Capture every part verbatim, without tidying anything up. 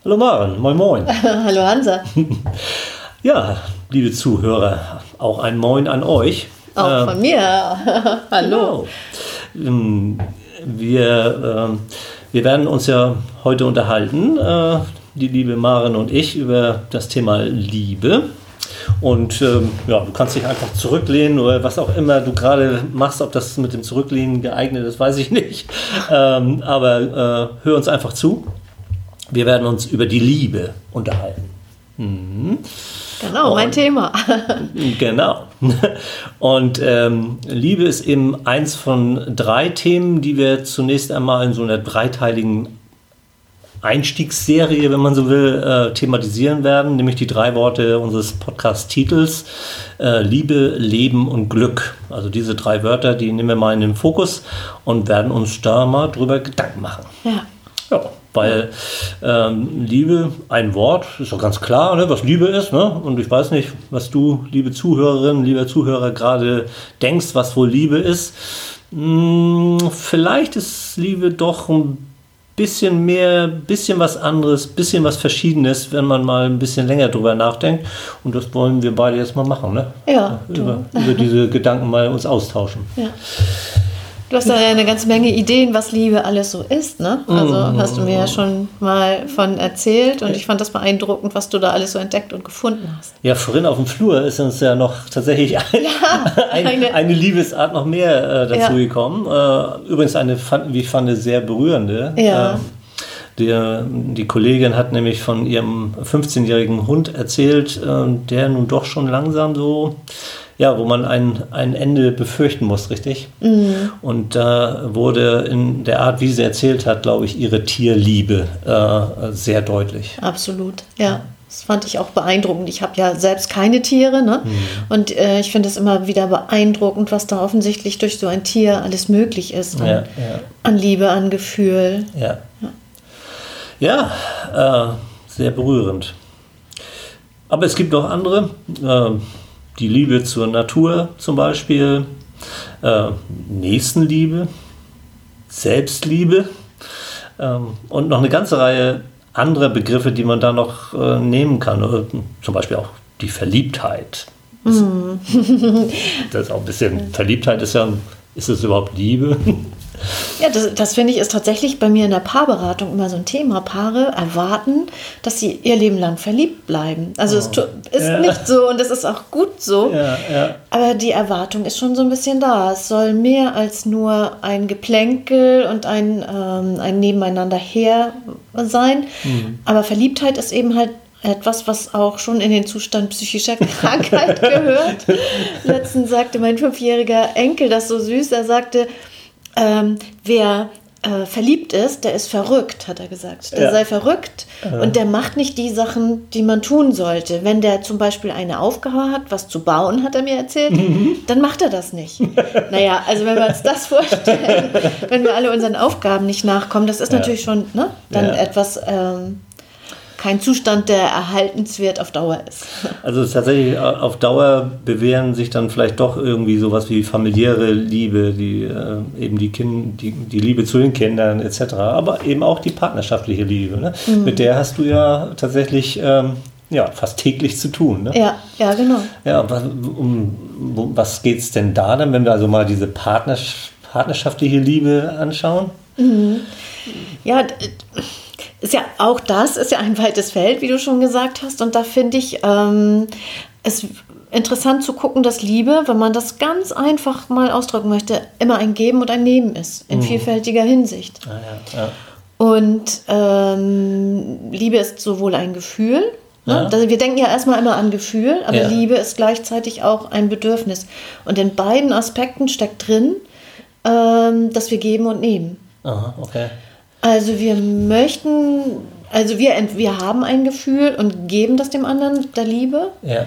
Hallo Maren, moin moin. Hallo Hansa. Ja, liebe Zuhörer, auch ein Moin an euch. Auch Ähm, von mir. Hallo. Genau. Ähm, Wir, ähm, wir werden uns ja heute unterhalten, äh, die liebe Maren und ich, über das Thema Liebe. Und ähm, ja, du kannst dich einfach zurücklehnen oder was auch immer du gerade machst, ob das mit dem Zurücklehnen geeignet ist, weiß ich nicht. Ähm, aber äh, hör uns einfach zu. Wir werden uns über die Liebe unterhalten. Mhm. Genau, mein Und, Thema. Genau. Und ähm, Liebe ist eben eins von drei Themen, die wir zunächst einmal in so einer dreiteiligen Einstiegsserie, wenn man so will, äh, thematisieren werden, nämlich die drei Worte unseres Podcast-Titels, äh, Liebe, Leben und Glück. Also diese drei Wörter, die nehmen wir mal in den Fokus und werden uns da mal drüber Gedanken machen. Ja. Ja, weil ähm, Liebe, ein Wort, ist doch ganz klar, ne, was Liebe ist. Ne? Und ich weiß nicht, was du, liebe Zuhörerin, lieber Zuhörer, gerade denkst, was wohl Liebe ist. Hm, vielleicht ist Liebe doch ein bisschen mehr, bisschen was anderes, bisschen was Verschiedenes, wenn man mal ein bisschen länger drüber nachdenkt. Und das wollen wir beide jetzt mal machen, ne? Ja. Über, über diese Gedanken mal uns austauschen. Ja. Du hast da ja eine ganze Menge Ideen, was Liebe alles so ist, ne? Also Mm. hast du mir ja schon mal von erzählt und ich fand das beeindruckend, was du da alles so entdeckt und gefunden hast. Ja, vorhin auf dem Flur ist uns ja noch tatsächlich ein, Ja, ein, eine- eine Liebesart noch mehr äh, dazu Ja. gekommen. Äh, übrigens eine, fand- wie ich fand, sehr berührende. Ja. Ähm, die, die Kollegin hat nämlich von ihrem fünfzehnjährigen Hund erzählt, äh, der nun doch schon langsam so, ja, wo man ein, ein Ende befürchten muss, richtig? Mhm. Und da wurde in der Art, wie sie erzählt hat, glaube ich, ihre Tierliebe äh, sehr deutlich. Absolut, ja. Das fand ich auch beeindruckend. Ich habe ja selbst keine Tiere, ne? Und äh, ich finde es immer wieder beeindruckend, was da offensichtlich durch so ein Tier alles möglich ist. An, Ja, ja. an Liebe, an Gefühl. Ja, ja äh, sehr berührend. Aber es gibt auch andere, äh, die Liebe zur Natur zum Beispiel, äh, Nächstenliebe, Selbstliebe ähm, und noch eine ganze Reihe anderer Begriffe, die man da noch äh, nehmen kann. Oder zum Beispiel auch die Verliebtheit. Das, das ist auch ein bisschen, Verliebtheit ist ja, ist es überhaupt Liebe? Ja, das, das finde ich ist tatsächlich bei mir in der Paarberatung immer so ein Thema. Paare erwarten, dass sie ihr Leben lang verliebt bleiben. Also es tu- ist Ja. nicht so und es ist auch gut so. Ja, ja. Aber die Erwartung ist schon so ein bisschen da. Es soll mehr als nur ein Geplänkel und ein, ähm, ein Nebeneinander her sein. Mhm. Aber Verliebtheit ist eben halt etwas, was auch schon in den Zustand psychischer Krankheit gehört. Letztens sagte mein fünfjähriger Enkel das so süß. Er sagte, ähm, wer äh, verliebt ist, der ist verrückt, hat er gesagt. Der Ja. sei verrückt Ja. und der macht nicht die Sachen, die man tun sollte. Wenn der zum Beispiel eine Aufgabe hat, was zu bauen, hat er mir erzählt, dann macht er das nicht. Naja, also wenn wir uns das vorstellen, wenn wir alle unseren Aufgaben nicht nachkommen, das ist Ja. natürlich schon ne, dann Ja. etwas, ähm, kein Zustand, der erhaltenswert auf Dauer ist. Also tatsächlich auf Dauer bewähren sich dann vielleicht doch irgendwie sowas wie familiäre Liebe, die äh, eben die, kind, die, die Liebe zu den Kindern et cetera. Aber eben auch die partnerschaftliche Liebe. Ne? Mhm. Mit der hast du ja tatsächlich ähm, ja, fast täglich zu tun. Ne? Ja, ja, genau. Ja, was, um, um was geht es denn da dann, wenn wir also mal diese Partners, partnerschaftliche Liebe anschauen? Mhm. Ja, d- ist ja auch das ist ja ein weites Feld, wie du schon gesagt hast. Und da finde ich ähm, es interessant zu gucken, dass Liebe, wenn man das ganz einfach mal ausdrücken möchte, immer ein Geben und ein Nehmen ist, in Mhm. vielfältiger Hinsicht. Ah, ja, ja. Und ähm, Liebe ist sowohl ein Gefühl, ne? Ja. Also wir denken ja erstmal immer an Gefühl, aber Ja. Liebe ist gleichzeitig auch ein Bedürfnis. Und in beiden Aspekten steckt drin, ähm, dass wir geben und nehmen. Aha, okay. Also wir möchten, also wir, ent- wir haben ein Gefühl und geben das dem anderen der Liebe. Ja.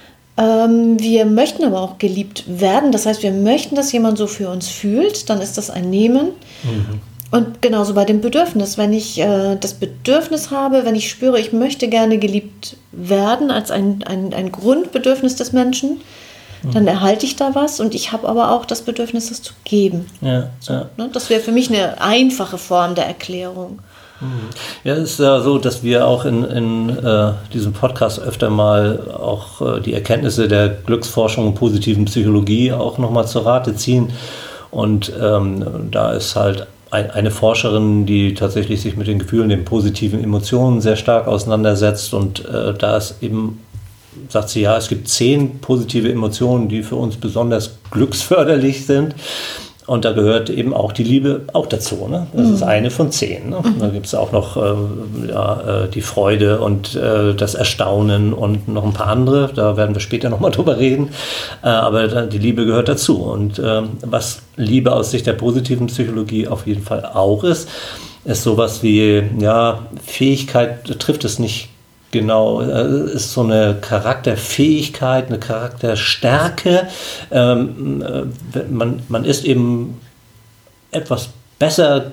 Ähm, wir möchten aber auch geliebt werden. Das heißt, wir möchten, dass jemand so für uns fühlt. Dann ist das ein Nehmen. Mhm. Und genauso bei dem Bedürfnis. Wenn ich äh, das Bedürfnis habe, wenn ich spüre, ich möchte gerne geliebt werden als ein, ein, ein Grundbedürfnis des Menschen, dann erhalte ich da was und ich habe aber auch das Bedürfnis, das zu geben. Ja, ja. Ne? Das wäre für mich eine einfache Form der Erklärung. Ja, es ist ja so, dass wir auch in, in äh, diesem Podcast öfter mal auch äh, die Erkenntnisse der Glücksforschung und positiven Psychologie auch nochmal zur Rate ziehen. Und ähm, da ist halt ein, eine Forscherin, die tatsächlich sich mit den Gefühlen, den positiven Emotionen sehr stark auseinandersetzt. Und äh, da ist eben, sagt sie, ja, es gibt zehn positive Emotionen, die für uns besonders glücksförderlich sind. Und da gehört eben auch die Liebe auch dazu. Ne? Das mhm. ist eine von zehn. Ne? Mhm. Da gibt es auch noch äh, ja, äh, die Freude und äh, das Erstaunen und noch ein paar andere. Da werden wir später nochmal drüber reden. Äh, aber die Liebe gehört dazu. Und äh, was Liebe aus Sicht der positiven Psychologie auf jeden Fall auch ist, ist sowas wie, ja, Fähigkeit, trifft es nicht genau, ist so eine Charakterfähigkeit, eine Charakterstärke. Ähm, man, man ist eben etwas besser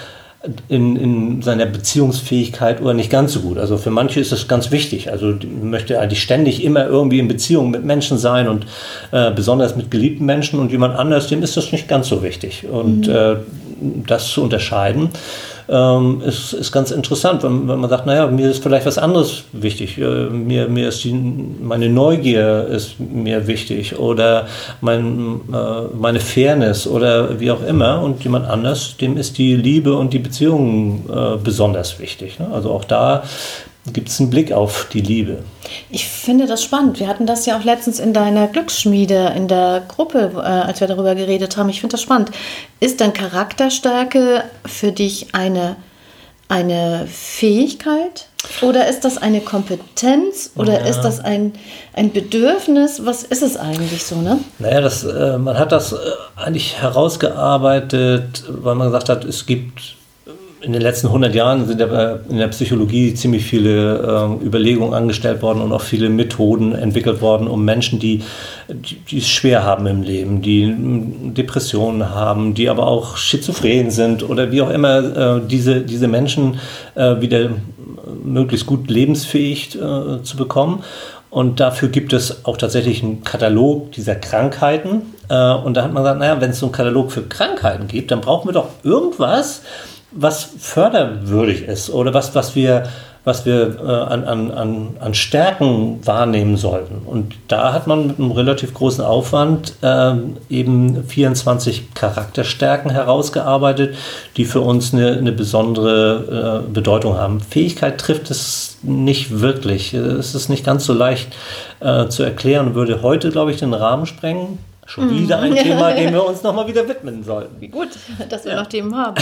in, in seiner Beziehungsfähigkeit oder nicht ganz so gut. Also für manche ist das ganz wichtig. Also man möchte eigentlich ständig immer irgendwie in Beziehung mit Menschen sein und äh, besonders mit geliebten Menschen, und jemand anders, dem ist das nicht ganz so wichtig. Und mhm. äh, das zu unterscheiden, Ähm, ist, ist ganz interessant, wenn, wenn man sagt, naja, mir ist vielleicht was anderes wichtig, äh, mir, mir ist die, meine Neugier ist mir wichtig oder mein, äh, meine Fairness oder wie auch immer, und jemand anders, dem ist die Liebe und die Beziehung äh, besonders wichtig. Ne? Also auch da gibt es einen Blick auf die Liebe. Ich finde das spannend. Wir hatten das ja auch letztens in deiner Glücksschmiede, in der Gruppe, äh, als wir darüber geredet haben. Ich finde das spannend. Ist dann Charakterstärke für dich eine, eine Fähigkeit oder ist das eine Kompetenz oder ja. ist das ein, ein Bedürfnis? Was ist es eigentlich so, ne? Naja, das, äh, man hat das äh, eigentlich herausgearbeitet, weil man gesagt hat, es gibt in den letzten hundert Jahren sind aber in der Psychologie ziemlich viele äh, Überlegungen angestellt worden und auch viele Methoden entwickelt worden, um Menschen, die, die, die es schwer haben im Leben, die Depressionen haben, die aber auch schizophren sind oder wie auch immer, äh, diese, diese Menschen äh, wieder möglichst gut lebensfähig äh, zu bekommen. Und dafür gibt es auch tatsächlich einen Katalog dieser Krankheiten. Äh, und da hat man gesagt, naja, wenn es so einen Katalog für Krankheiten gibt, dann brauchen wir doch irgendwas, was förderwürdig ist oder was, was wir, was wir äh, an, an, an Stärken wahrnehmen sollten. Und da hat man mit einem relativ großen Aufwand äh, eben vierundzwanzig Charakterstärken herausgearbeitet, die für uns eine, eine besondere äh, Bedeutung haben. Fähigkeit trifft es nicht wirklich. Es ist nicht ganz so leicht äh, zu erklären und würde heute, glaube ich, den Rahmen sprengen. Schon wieder ein Thema, dem wir uns nochmal wieder widmen sollten. Wie gut, dass wir ja. noch Themen haben.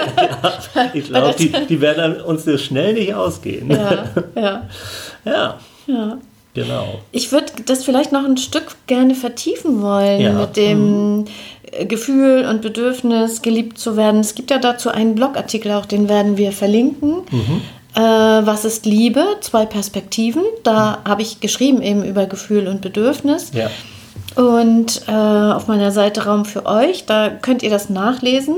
ja, ich glaube, die, die werden uns so schnell nicht ausgehen. Ja, ja. ja. ja. Genau. Ich würde das vielleicht noch ein Stück gerne vertiefen wollen ja. mit dem mhm. Gefühl und Bedürfnis, geliebt zu werden. Es gibt ja dazu einen Blogartikel, auch den werden wir verlinken. Mhm. Äh, was ist Liebe? Zwei Perspektiven. Da mhm. habe ich geschrieben eben über Gefühl und Bedürfnis. Ja. Und äh, auf meiner Seite Raum für euch, da könnt ihr das nachlesen.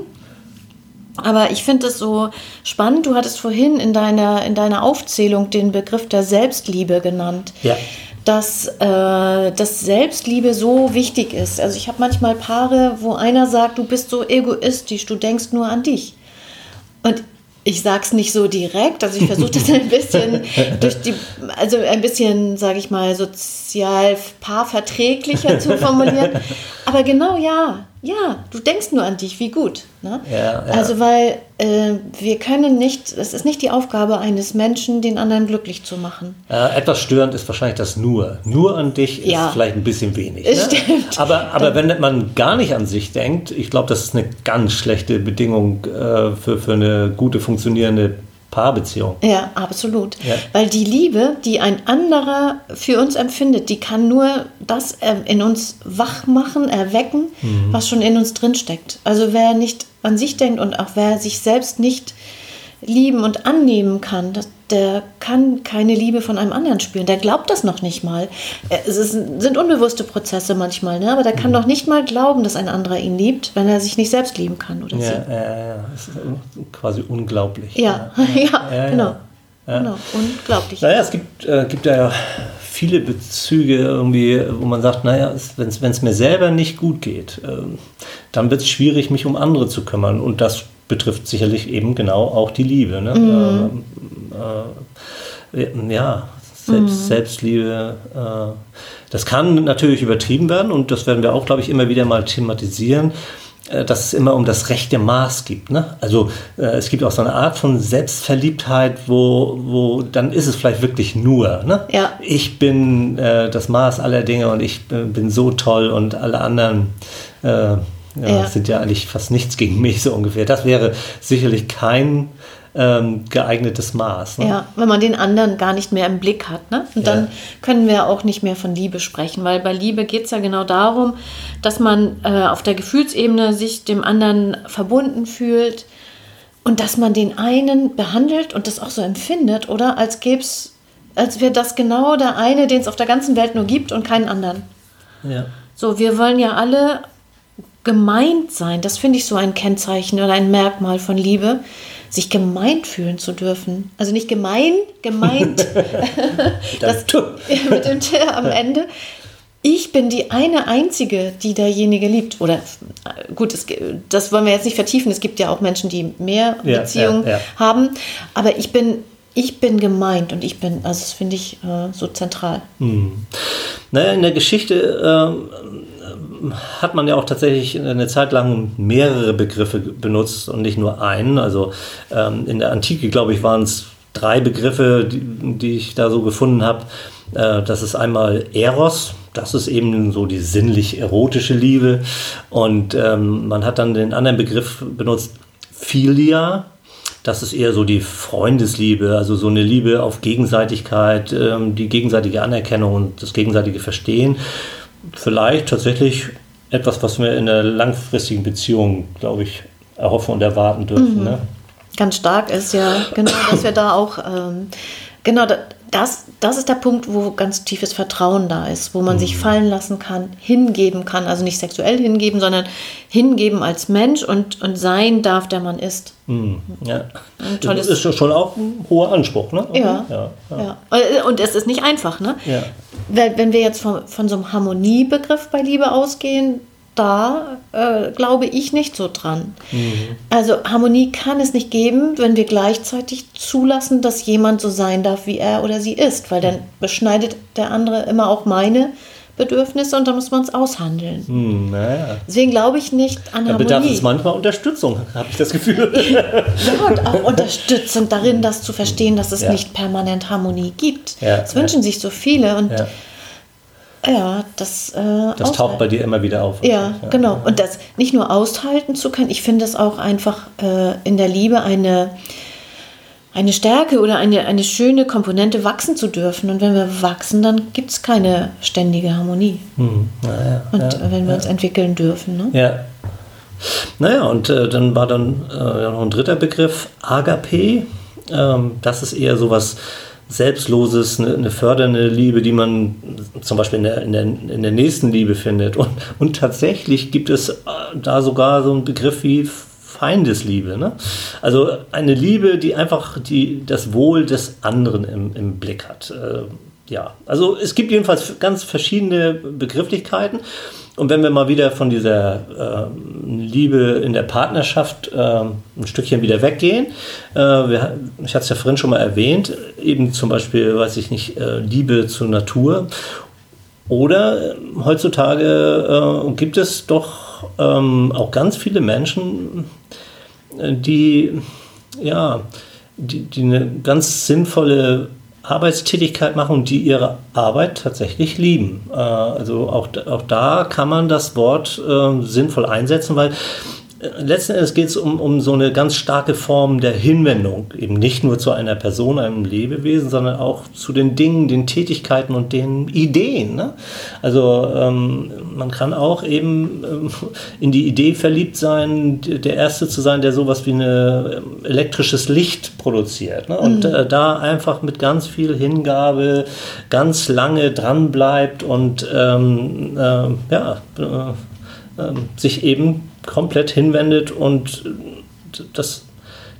Aber ich finde es so spannend, du hattest vorhin in deiner, in deiner Aufzählung den Begriff der Selbstliebe genannt. Ja. Dass, äh, dass Selbstliebe so wichtig ist. Also ich habe manchmal Paare, wo einer sagt, du bist so egoistisch, du denkst nur an dich. Und ich sag's nicht so direkt, also ich versuche das ein bisschen durch die, also ein bisschen, sage ich mal, sozial paarverträglicher zu formulieren. Aber genau, ja, ja, du denkst nur an dich, wie gut. Ne? Ja, ja. Also weil äh, wir können nicht, es ist nicht die Aufgabe eines Menschen, den anderen glücklich zu machen. Äh, etwas störend ist wahrscheinlich das nur. Nur an dich ja. ist vielleicht ein bisschen wenig. Ne? Stimmt. Aber, aber wenn man gar nicht an sich denkt, ich glaube, das ist eine ganz schlechte Bedingung äh, für, für eine gute, funktionierende Paarbeziehung. Ja, absolut. Ja. Weil die Liebe, die ein anderer für uns empfindet, die kann nur das in uns wach machen, erwecken, mhm. was schon in uns drinsteckt. Also wer nicht an sich denkt und auch wer sich selbst nicht lieben und annehmen kann, das, der kann keine Liebe von einem anderen spüren. Der glaubt das noch nicht mal. Es ist, sind unbewusste Prozesse manchmal, ne? Aber der kann mhm. noch nicht mal glauben, dass ein anderer ihn liebt, wenn er sich nicht selbst lieben kann oder ja, sie. Ja, ja, das ist quasi unglaublich. Ja, ja, ja, ja genau. Ja. Genau, unglaublich. Naja, es gibt, äh, gibt ja viele Bezüge irgendwie, wo man sagt, naja, wenn es mir selber nicht gut geht, äh, dann wird es schwierig, mich um andere zu kümmern. Und das betrifft sicherlich eben genau auch die Liebe. Ne? Mhm. Äh, äh, ja, Selbst, mhm. Selbstliebe. Äh, das kann natürlich übertrieben werden und das werden wir auch, glaube ich, immer wieder mal thematisieren, äh, dass es immer um das rechte Maß gibt. Ne? Also äh, es gibt auch so eine Art von Selbstverliebtheit, wo, wo dann ist es vielleicht wirklich nur. Ne? Ja. Ich bin äh, das Maß aller Dinge und ich bin, bin so toll und alle anderen äh, ja, ja. sind ja eigentlich fast nichts gegen mich, so ungefähr. Das wäre sicherlich kein ähm, geeignetes Maß. Ne? Ja, wenn man den anderen gar nicht mehr im Blick hat. Ne? Und dann ja. können wir auch nicht mehr von Liebe sprechen, weil bei Liebe geht es ja genau darum, dass man äh, auf der Gefühlsebene sich dem anderen verbunden fühlt und dass man den einen behandelt und das auch so empfindet, oder als gäb's, als wäre das genau der eine, den es auf der ganzen Welt nur gibt und keinen anderen. Ja. So, wir wollen ja alle gemeint sein. Das finde ich so ein Kennzeichen oder ein Merkmal von Liebe, sich gemeint fühlen zu dürfen. Also nicht gemein, gemeint. das, mit dem T am Ende. Ich bin die eine Einzige, die derjenige liebt. Oder gut, es, das wollen wir jetzt nicht vertiefen. Es gibt ja auch Menschen, die mehr ja, Beziehungen ja, ja. haben. Aber ich bin, ich bin gemeint und ich bin, also das finde ich äh, so zentral. Hm. Naja, in der Geschichte äh, hat man ja auch tatsächlich eine Zeit lang mehrere Begriffe benutzt und nicht nur einen. Also ähm, in der Antike, glaube ich, waren es drei Begriffe, die, die ich da so gefunden habe. Äh, das ist einmal Eros, das ist eben so die sinnlich-erotische Liebe. Und ähm, man hat dann den anderen Begriff benutzt, Philia. Das ist eher so die Freundesliebe, also so eine Liebe auf Gegenseitigkeit, ähm, die gegenseitige Anerkennung und das gegenseitige Verstehen. Vielleicht tatsächlich etwas, was wir in einer langfristigen Beziehung, glaube ich, erhoffen und erwarten dürfen. Mhm. Ne? Ganz stark ist ja genau, dass wir da auch, ähm, genau, das, das ist der Punkt, wo ganz tiefes Vertrauen da ist, wo man mhm. sich fallen lassen kann, hingeben kann, also nicht sexuell hingeben, sondern hingeben als Mensch und, und sein darf, der man ist. Mhm. Ja. Das ist schon auch ein hoher Anspruch, ne? Ja. Ja, ja. ja. Und es ist nicht einfach, ne? Ja. Wenn wir jetzt von, von so einem Harmoniebegriff bei Liebe ausgehen, da äh, glaube ich nicht so dran. Mhm. Also Harmonie kann es nicht geben, wenn wir gleichzeitig zulassen, dass jemand so sein darf, wie er oder sie ist, weil dann beschneidet der andere immer auch meine Bedürfnisse und da muss man es aushandeln. Mhm, naja. Deswegen glaube ich nicht an da Harmonie. Da bedarf es manchmal Unterstützung, habe ich das Gefühl. Ja, und auch Unterstützung darin, das zu verstehen, dass es ja. nicht permanent Harmonie gibt. Ja, das wünschen ja. sich so viele und ja. Ja, das äh, Das taucht bei dir immer wieder auf. Ja, ja, genau. Und das nicht nur aushalten zu können, ich finde es auch einfach äh, in der Liebe eine, eine Stärke oder eine, eine schöne Komponente, wachsen zu dürfen. Und wenn wir wachsen, dann gibt es keine ständige Harmonie. Hm. Naja, und ja, äh, wenn wir ja. uns entwickeln dürfen. Ne? Ja. Naja, und äh, dann war dann äh, noch ein dritter Begriff, Agape. Ähm, das ist eher sowas Selbstloses, eine, eine fördernde Liebe, die man zum Beispiel in der, in der, in der Nächstenliebe findet. Und, und tatsächlich gibt es da sogar so einen Begriff wie Feindesliebe. Ne? Also eine Liebe, die einfach die, das Wohl des anderen im, im Blick hat. Äh, ja, also es gibt jedenfalls ganz verschiedene Begrifflichkeiten. Und wenn wir mal wieder von dieser äh, Liebe in der Partnerschaft äh, ein Stückchen wieder weggehen, äh, wir, ich hatte es ja vorhin schon mal erwähnt, eben zum Beispiel, weiß ich nicht, äh, Liebe zur Natur. Oder äh, heutzutage äh, gibt es doch ähm, auch ganz viele Menschen, die, ja, die, die eine ganz sinnvolle Arbeitstätigkeit machen und die ihre Arbeit tatsächlich lieben. Äh, also auch, auch da kann man das Wort äh, sinnvoll einsetzen, weil äh, letzten Endes geht es um, um so eine ganz starke Form der Hinwendung, eben nicht nur zu einer Person, einem Lebewesen, sondern auch zu den Dingen, den Tätigkeiten und den Ideen. Ne? Also ähm, man kann auch eben ähm, in die Idee verliebt sein, der Erste zu sein, der sowas wie ein elektrisches Licht produziert. Ne? Und mhm. äh, da einfach mit ganz viel Hingabe ganz lange dran bleibt und ähm, äh, ja, äh, äh, sich eben komplett hinwendet und das,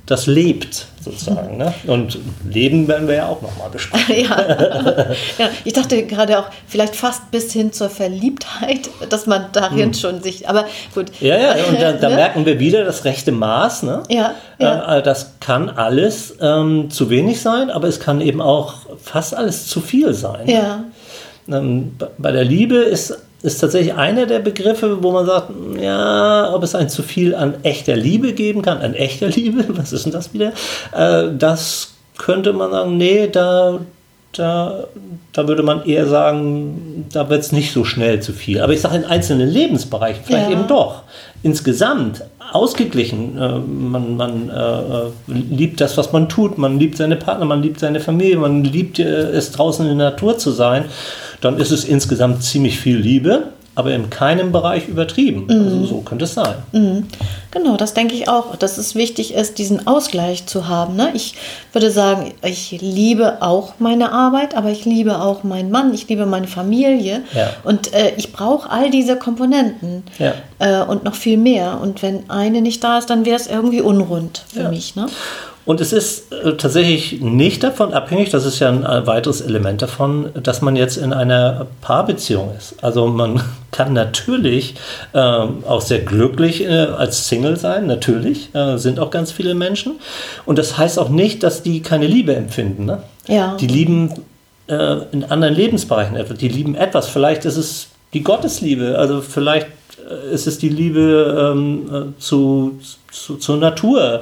das lebt, sozusagen. Ne? Und Leben werden wir ja auch nochmal besprechen. ja. ja, ich dachte gerade auch, vielleicht fast bis hin zur Verliebtheit, dass man darin hm. schon sich, aber gut. Ja, ja, und da, da ne? merken wir wieder das rechte Maß. Ne? Ja, ja. Äh, das kann alles ähm, zu wenig sein, aber es kann eben auch fast alles zu viel sein. Ja. Ähm, bei der Liebe ist ist tatsächlich einer der Begriffe, wo man sagt, ja, ob es ein zu viel an echter Liebe geben kann, an echter Liebe, was ist denn das wieder? Äh, das könnte man sagen, nee, da, da, da würde man eher sagen, da wird es nicht so schnell zu viel. Aber ich sage, in einzelnen Lebensbereichen vielleicht ja. eben doch. Insgesamt ausgeglichen. Äh, man man äh, liebt das, was man tut, man liebt seine Partner, man liebt seine Familie, man liebt äh, es, draußen in der Natur zu sein. Dann ist es insgesamt ziemlich viel Liebe, aber in keinem Bereich übertrieben. Mhm. Also so könnte es sein. Mhm. Genau, das denke ich auch, dass es wichtig ist, diesen Ausgleich zu haben. Ne? Ich würde sagen, ich liebe auch meine Arbeit, aber ich liebe auch meinen Mann, ich liebe meine Familie. Ja. Und äh, ich brauche all diese Komponenten ja. äh, und noch viel mehr. Und wenn eine nicht da ist, dann wäre es irgendwie unrund für ja. mich. Ne? Und es ist äh, tatsächlich nicht davon abhängig, das ist ja ein äh, weiteres Element davon, dass man jetzt in einer Paarbeziehung ist. Also man kann natürlich äh, auch sehr glücklich äh, als Single sein, natürlich, äh, sind auch ganz viele Menschen. Und das heißt auch nicht, dass die keine Liebe empfinden. Ne? Ja. Die lieben äh, in anderen Lebensbereichen etwas, die lieben etwas. Vielleicht ist es die Gottesliebe, also vielleicht ist es die Liebe ähm, zu, zu, zur Natur.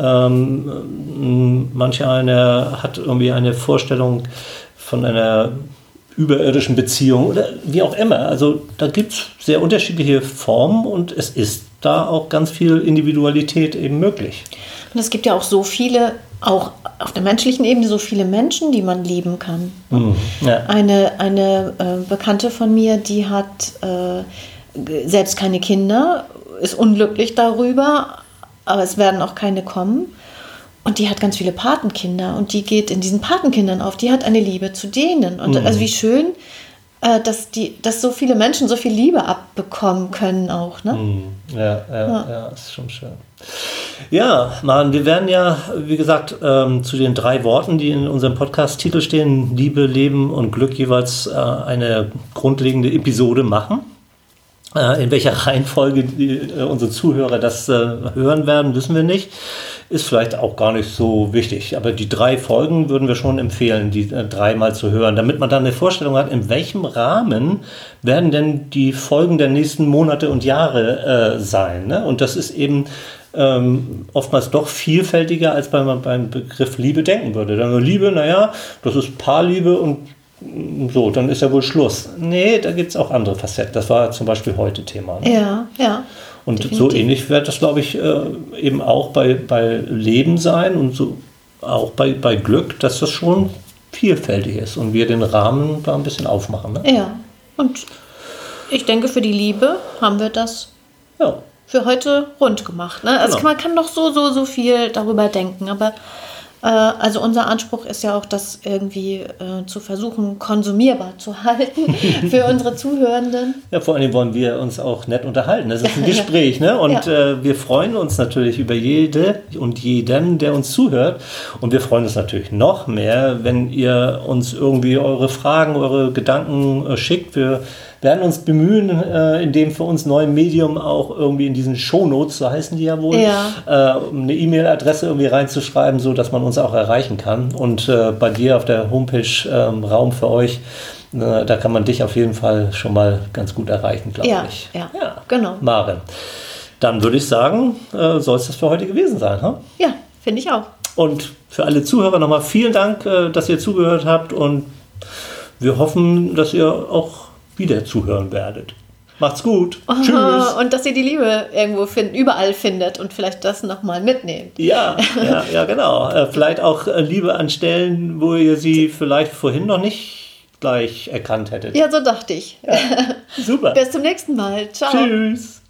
Ähm, manch einer hat irgendwie eine Vorstellung von einer überirdischen Beziehung oder wie auch immer. Also da gibt es sehr unterschiedliche Formen und es ist da auch ganz viel Individualität eben möglich. Und es gibt ja auch so viele, auch auf der menschlichen Ebene, so viele Menschen, die man lieben kann. Mhm, ja. Eine, eine äh, Bekannte von mir, die hat äh, selbst keine Kinder, ist unglücklich darüber, aber es werden auch keine kommen. Und die hat ganz viele Patenkinder und die geht in diesen Patenkindern auf. Die hat eine Liebe zu denen. Und mhm. also wie schön, äh, dass, die, dass so viele Menschen so viel Liebe abbekommen können auch. Ne? Mhm. Ja, ja, ja, ja, ist schon schön. Ja, Maren, wir werden ja, wie gesagt, ähm, zu den drei Worten, die in unserem Podcast-Titel stehen, Liebe, Leben und Glück, jeweils äh, eine grundlegende Episode machen. In welcher Reihenfolge die, äh, unsere Zuhörer das äh, hören werden, wissen wir nicht. Ist vielleicht auch gar nicht so wichtig. Aber die drei Folgen würden wir schon empfehlen, die äh, dreimal zu hören, damit man dann eine Vorstellung hat, in welchem Rahmen werden denn die Folgen der nächsten Monate und Jahre äh, sein. Ne? Und das ist eben ähm, oftmals doch vielfältiger, als man beim Begriff Liebe denken würde. Dann Liebe, naja, das ist Paarliebe und so, dann ist ja wohl Schluss. Nee, da gibt es auch andere Facetten. Das war zum Beispiel heute Thema. Ne? Ja, ja. Und definitiv. So ähnlich wird das, glaube ich, eben auch bei, bei Leben sein und so auch bei, bei Glück, dass das schon vielfältig ist und wir den Rahmen da ein bisschen aufmachen. Ne? Ja, und ich denke, für die Liebe haben wir das ja. für heute rund gemacht. Ne? Also genau. Man kann doch so, so, so viel darüber denken, aber also unser Anspruch ist ja auch, das irgendwie äh, zu versuchen, konsumierbar zu halten für unsere Zuhörenden. Ja, vor allem wollen wir uns auch nett unterhalten. Das ist ein Gespräch, ne? Und ja. äh, wir freuen uns natürlich über jede und jeden, der uns zuhört. Und wir freuen uns natürlich noch mehr, wenn ihr uns irgendwie eure Fragen, eure Gedanken äh, schickt. Wir werden uns bemühen, äh, in dem für uns neuen Medium auch irgendwie in diesen Shownotes, so heißen die ja wohl, ja. Äh, eine E-Mail-Adresse irgendwie reinzuschreiben, so dass man uns auch erreichen kann. Und äh, bei dir auf der Homepage ähm, Raum für euch, äh, da kann man dich auf jeden Fall schon mal ganz gut erreichen, glaube ja, ich. Ja, ja, genau. Maren, dann würde ich sagen, äh, soll es das für heute gewesen sein. Huh? Ja, finde ich auch. Und für alle Zuhörer nochmal vielen Dank, äh, dass ihr zugehört habt und wir hoffen, dass ihr auch wieder zuhören werdet. Macht's gut. Oh, Tschüss. Und dass ihr die Liebe irgendwo finden, überall findet und vielleicht das nochmal mitnehmt. Ja, ja, ja, genau. Äh, vielleicht auch äh, Liebe an Stellen, wo ihr sie vielleicht vorhin noch nicht gleich erkannt hättet. Ja, so dachte ich. Ja, super. Bis zum nächsten Mal. Ciao. Tschüss.